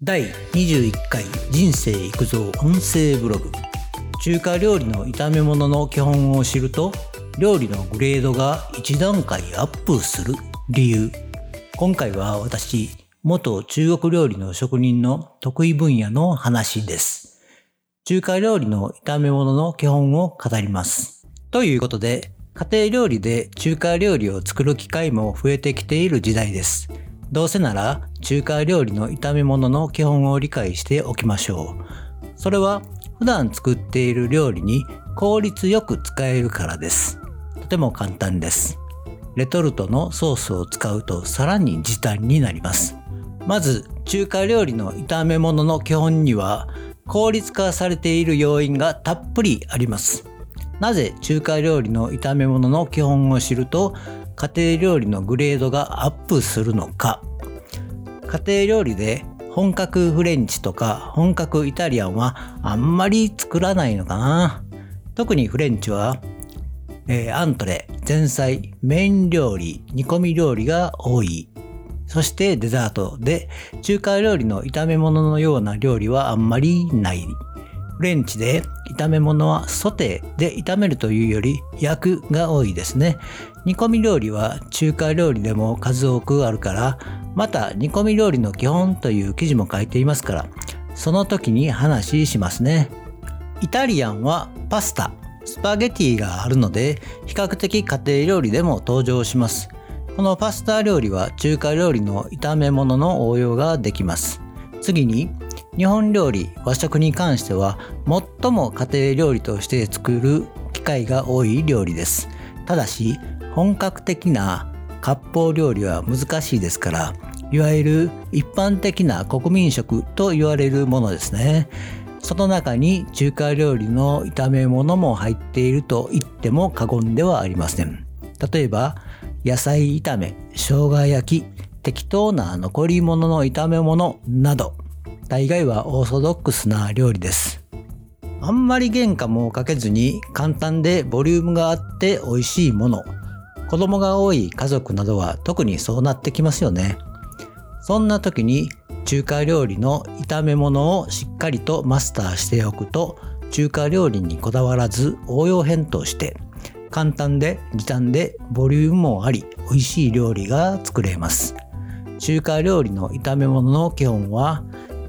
第21回人生育造音声ブログ。中華料理の炒め物の基本を知ると料理のグレードが1段階アップする理由。今回は私、元中国料理の職人の得意分野の話です。中華料理の炒め物の基本を語ります。ということで、家庭料理で中華料理を作る機会も増えてきている時代です。どうせなら中華料理の炒め物の基本を理解しておきましょう。それは普段作っている料理に効率よく使えるからです。とても簡単です。レトルトのソースを使うとさらに時短になります。まず中華料理の炒め物の基本には効率化されている要因がたっぷりあります。なぜ中華料理の炒め物の基本を知ると家庭料理のグレードがアップするのか。家庭料理で本格フレンチとか本格イタリアンはあんまり作らないのかな。特にフレンチは、アントレ、前菜、メイン料理、煮込み料理が多い。そしてデザートで中華料理の炒め物のような料理はあんまりない。フレンチで炒め物はソテーで炒めるというより焼くが多いですね。煮込み料理は中華料理でも数多くあるから、また煮込み料理の基本という記事も書いていますから、その時に話しますね。イタリアンはパスタ、スパゲティがあるので、比較的家庭料理でも登場します。このパスタ料理は中華料理の炒め物の応用ができます。次に日本料理、和食に関しては最も家庭料理として作る機会が多い料理です。ただし本格的な割烹料理は難しいですから、いわゆる一般的な国民食と言われるものですね。その中に中華料理の炒め物も入っていると言っても過言ではありません。例えば野菜炒め、生姜焼き、適当な残り物の炒め物など、大概はオーソドックスな料理です。あんまり原価もかけずに簡単でボリュームがあって美味しいもの、子供が多い家族などは特にそうなってきますよね。そんな時に中華料理の炒め物をしっかりとマスターしておくと、中華料理にこだわらず応用編として簡単で時短でボリュームもあり美味しい料理が作れます。中華料理の炒め物の基本は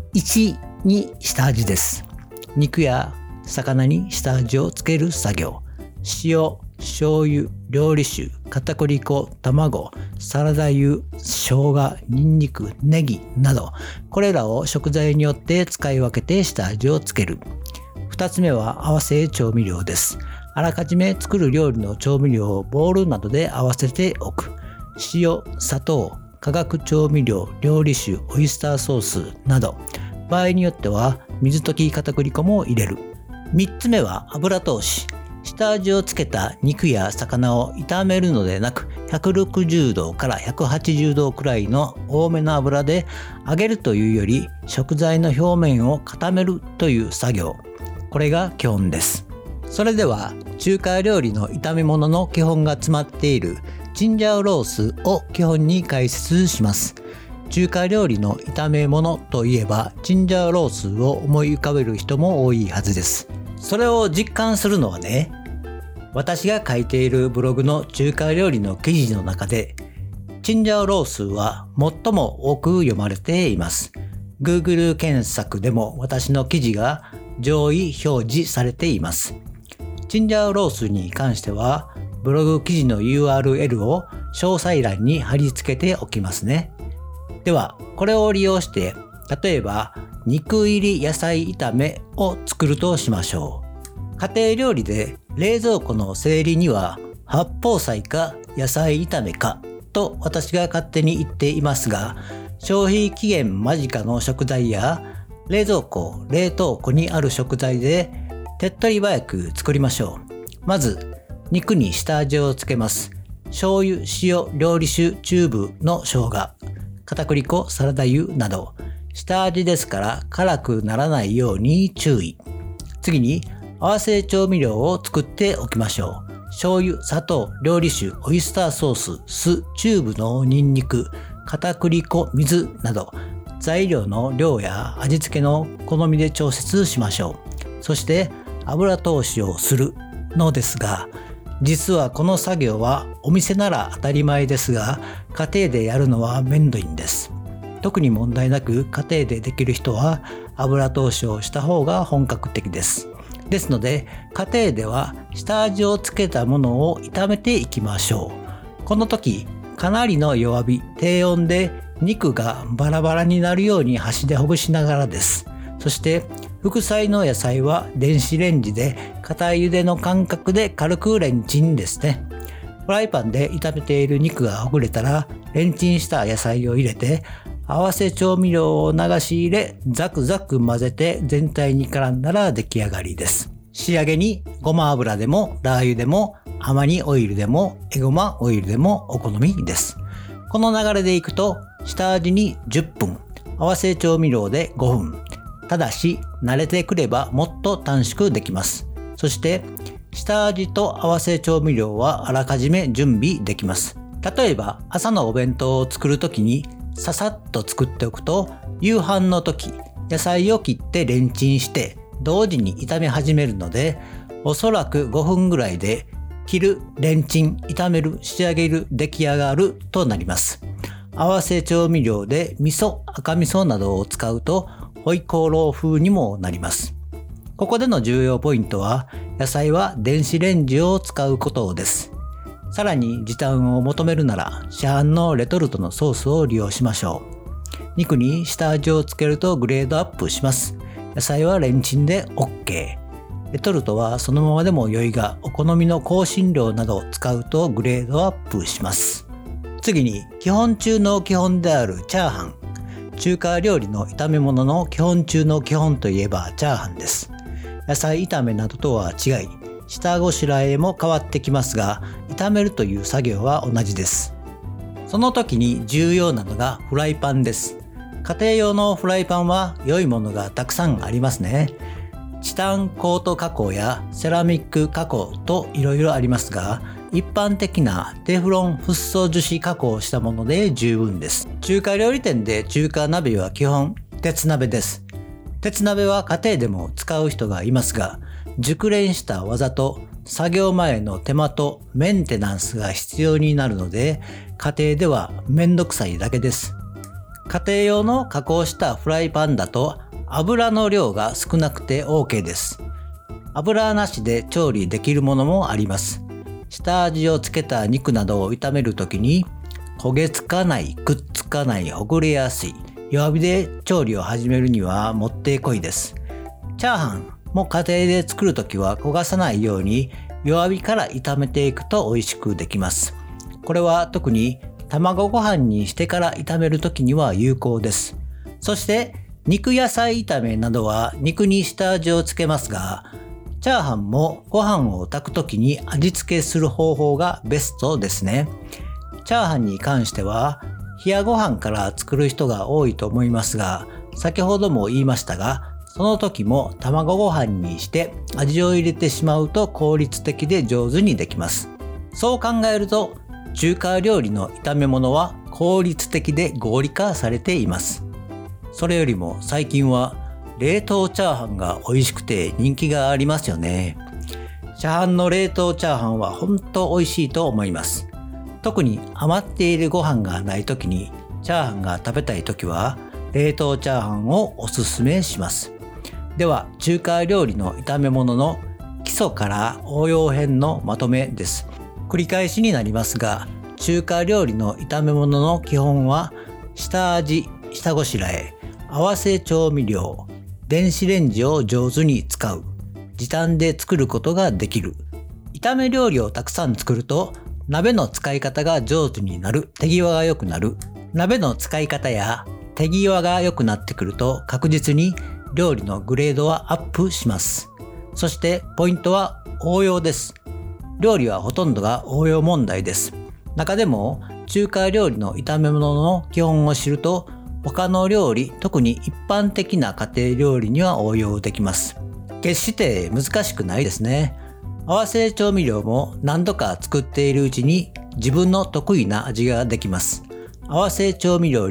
1に下味です。肉や魚に下味をつける作業。塩、醤油、料理酒、片栗粉、卵、サラダ油、生姜、ニンニク、ネギなど、これらを食材によって使い分けて下味をつける。2つ目は合わせ調味料です。あらかじめ作る料理の調味料をボウルなどで合わせておく。塩、砂糖、化学調味料、料理酒、オイスターソースなど、場合によっては水溶き片栗粉も入れる。3つ目は油通し。下味をつけた肉や魚を炒めるのでなく、160度から180度くらいの多めの油で揚げるというより、食材の表面を固めるという作業。これが基本です。それでは中華料理の炒め物の基本が詰まっているチンジャオロースを基本に解説します。中華料理の炒め物といえばチンジャオロースを思い浮かべる人も多いはずです。それを実感するのはね、私が書いているブログの中華料理の記事の中でチンジャオロースは最も多く読まれています。Google 検索でも私の記事が上位表示されています。チンジャオロースに関してはブログ記事の URL を詳細欄に貼り付けておきますね。では、これを利用して、例えば肉入り野菜炒めを作るとしましょう。家庭料理で冷蔵庫の整理には八宝菜か野菜炒めかと私が勝手に言っていますが、消費期限間近の食材や冷蔵庫、冷凍庫にある食材で手っ取り早く作りましょう。まず肉に下味をつけます。醤油、塩、料理酒、チューブの生姜、片栗粉、サラダ油など、下味ですから辛くならないように注意。次に合わせ調味料を作っておきましょう。醤油、砂糖、料理酒、オイスターソース、酢、チューブのニンニク、片栗粉、水など、 材料の量や味付けの好みで調節しましょう。そして油通しをするのですが、実はこの作業はお店なら当たり前ですが、家庭でやるのはめんどいんです。特に問題なく家庭でできる人は油通しをした方が本格的です。ですので家庭では下味をつけたものを炒めていきましょう。この時かなりの弱火、低温で肉がバラバラになるように箸でほぐしながらです。そして副菜の野菜は電子レンジで固茹での感覚で軽くレンチンですね。フライパンで炒めている肉がほぐれたらレンチンした野菜を入れて合わせ調味料を流し入れザクザク混ぜて全体に絡んだら出来上がりです。仕上げにごま油でもラー油でもアマニオイルでもエゴマオイルでもお好みです。この流れでいくと下味に10分、合わせ調味料で5分。ただし慣れてくればもっと短縮できます。そして下味と合わせ調味料はあらかじめ準備できます。例えば朝のお弁当を作るときにささっと作っておくと、夕飯の時野菜を切ってレンチンして同時に炒め始めるので、おそらく5分ぐらいで切る、レンチン、炒める、仕上げる、出来上がるとなります。合わせ調味料で味噌、赤味噌などを使うとホイコーロー風にもなります。ここでの重要ポイントは野菜は電子レンジを使うことです。さらに時短を求めるなら市販のレトルトのソースを利用しましょう。肉に下味をつけるとグレードアップします。野菜はレンチンで OK。レトルトはそのままでも良いが、お好みの香辛料などを使うとグレードアップします。次に基本中の基本であるチャーハン。中華料理の炒め物の基本中の基本といえばチャーハンです。野菜炒めなどとは違い、下ごしらえも変わってきますが、炒めるという作業は同じです。その時に重要なのがフライパンです。家庭用のフライパンは良いものがたくさんありますね。チタンコート加工やセラミック加工といろいろありますが、一般的なテフロンフッ素樹脂加工したもので十分です。中華料理店で中華鍋は基本鉄鍋です。鉄鍋は家庭でも使う人がいますが、熟練した技と作業前の手間とメンテナンスが必要になるので、家庭ではめんどくさいだけです。家庭用の加工したフライパンだと油の量が少なくて OK です。油なしで調理できるものもあります。下味をつけた肉などを炒めるときに焦げつかない、くっつかない、ほぐれやすい、弱火で調理を始めるにはもってこいです。チャーハンも家庭で作るときは焦がさないように弱火から炒めていくと美味しくできます。これは特に卵ご飯にしてから炒めるときには有効です。そして肉野菜炒めなどは肉に下味をつけますが、チャーハンもご飯を炊くときに味付けする方法がベストですね。チャーハンに関しては冷やご飯から作る人が多いと思いますが、先ほども言いましたが、その時も卵ご飯にして味を入れてしまうと効率的で上手にできます。そう考えると中華料理の炒め物は効率的で合理化されています。それよりも最近は冷凍チャーハンが美味しくて人気がありますよね。市販の冷凍チャーハンは本当美味しいと思います。特に余っているご飯がない時にチャーハンが食べたい時は冷凍チャーハンをおすすめします。では中華料理の炒め物の基礎から応用編のまとめです。繰り返しになりますが、中華料理の炒め物の基本は下味、下ごしらえ、合わせ調味料、電子レンジを上手に使う、時短で作ることができる。炒め料理をたくさん作ると鍋の使い方が上手になる、手際が良くなる。鍋の使い方や手際が良くなってくると確実に料理のグレードはアップします。そしてポイントは応用です。料理はほとんどが応用問題です。中でも中華料理の炒め物の基本を知ると他の料理、特に一般的な家庭料理には応用できます。決して難しくないですね。合わせ調味料も何度か作っているうちに自分の得意な味ができます。合わせ調味料に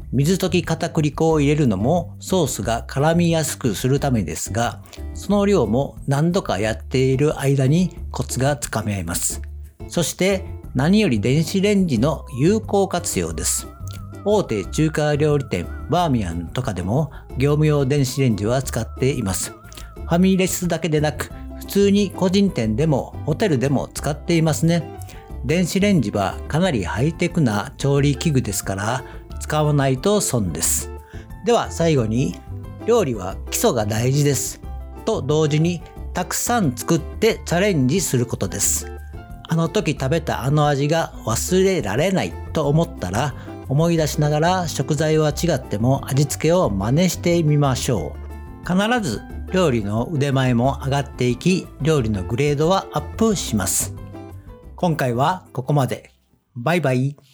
水溶き片栗粉を入れるのもソースが絡みやすくするためですが、その量も何度かやっている間にコツがつかめ合います。そして何より電子レンジの有効活用です。大手中華料理店バーミヤンとかでも業務用電子レンジは使っています。ファミレスだけでなく、普通に個人店でもホテルでも使っていますね。電子レンジはかなりハイテクな調理器具ですから、使わないと損です。では最後に、料理は基礎が大事です。と同時にたくさん作ってチャレンジすることです。あの時食べたあの味が忘れられないと思ったら、思い出しながら食材は違っても味付けを真似してみましょう。必ず料理の腕前も上がっていき、料理のグレードはアップします。今回はここまで。バイバイ。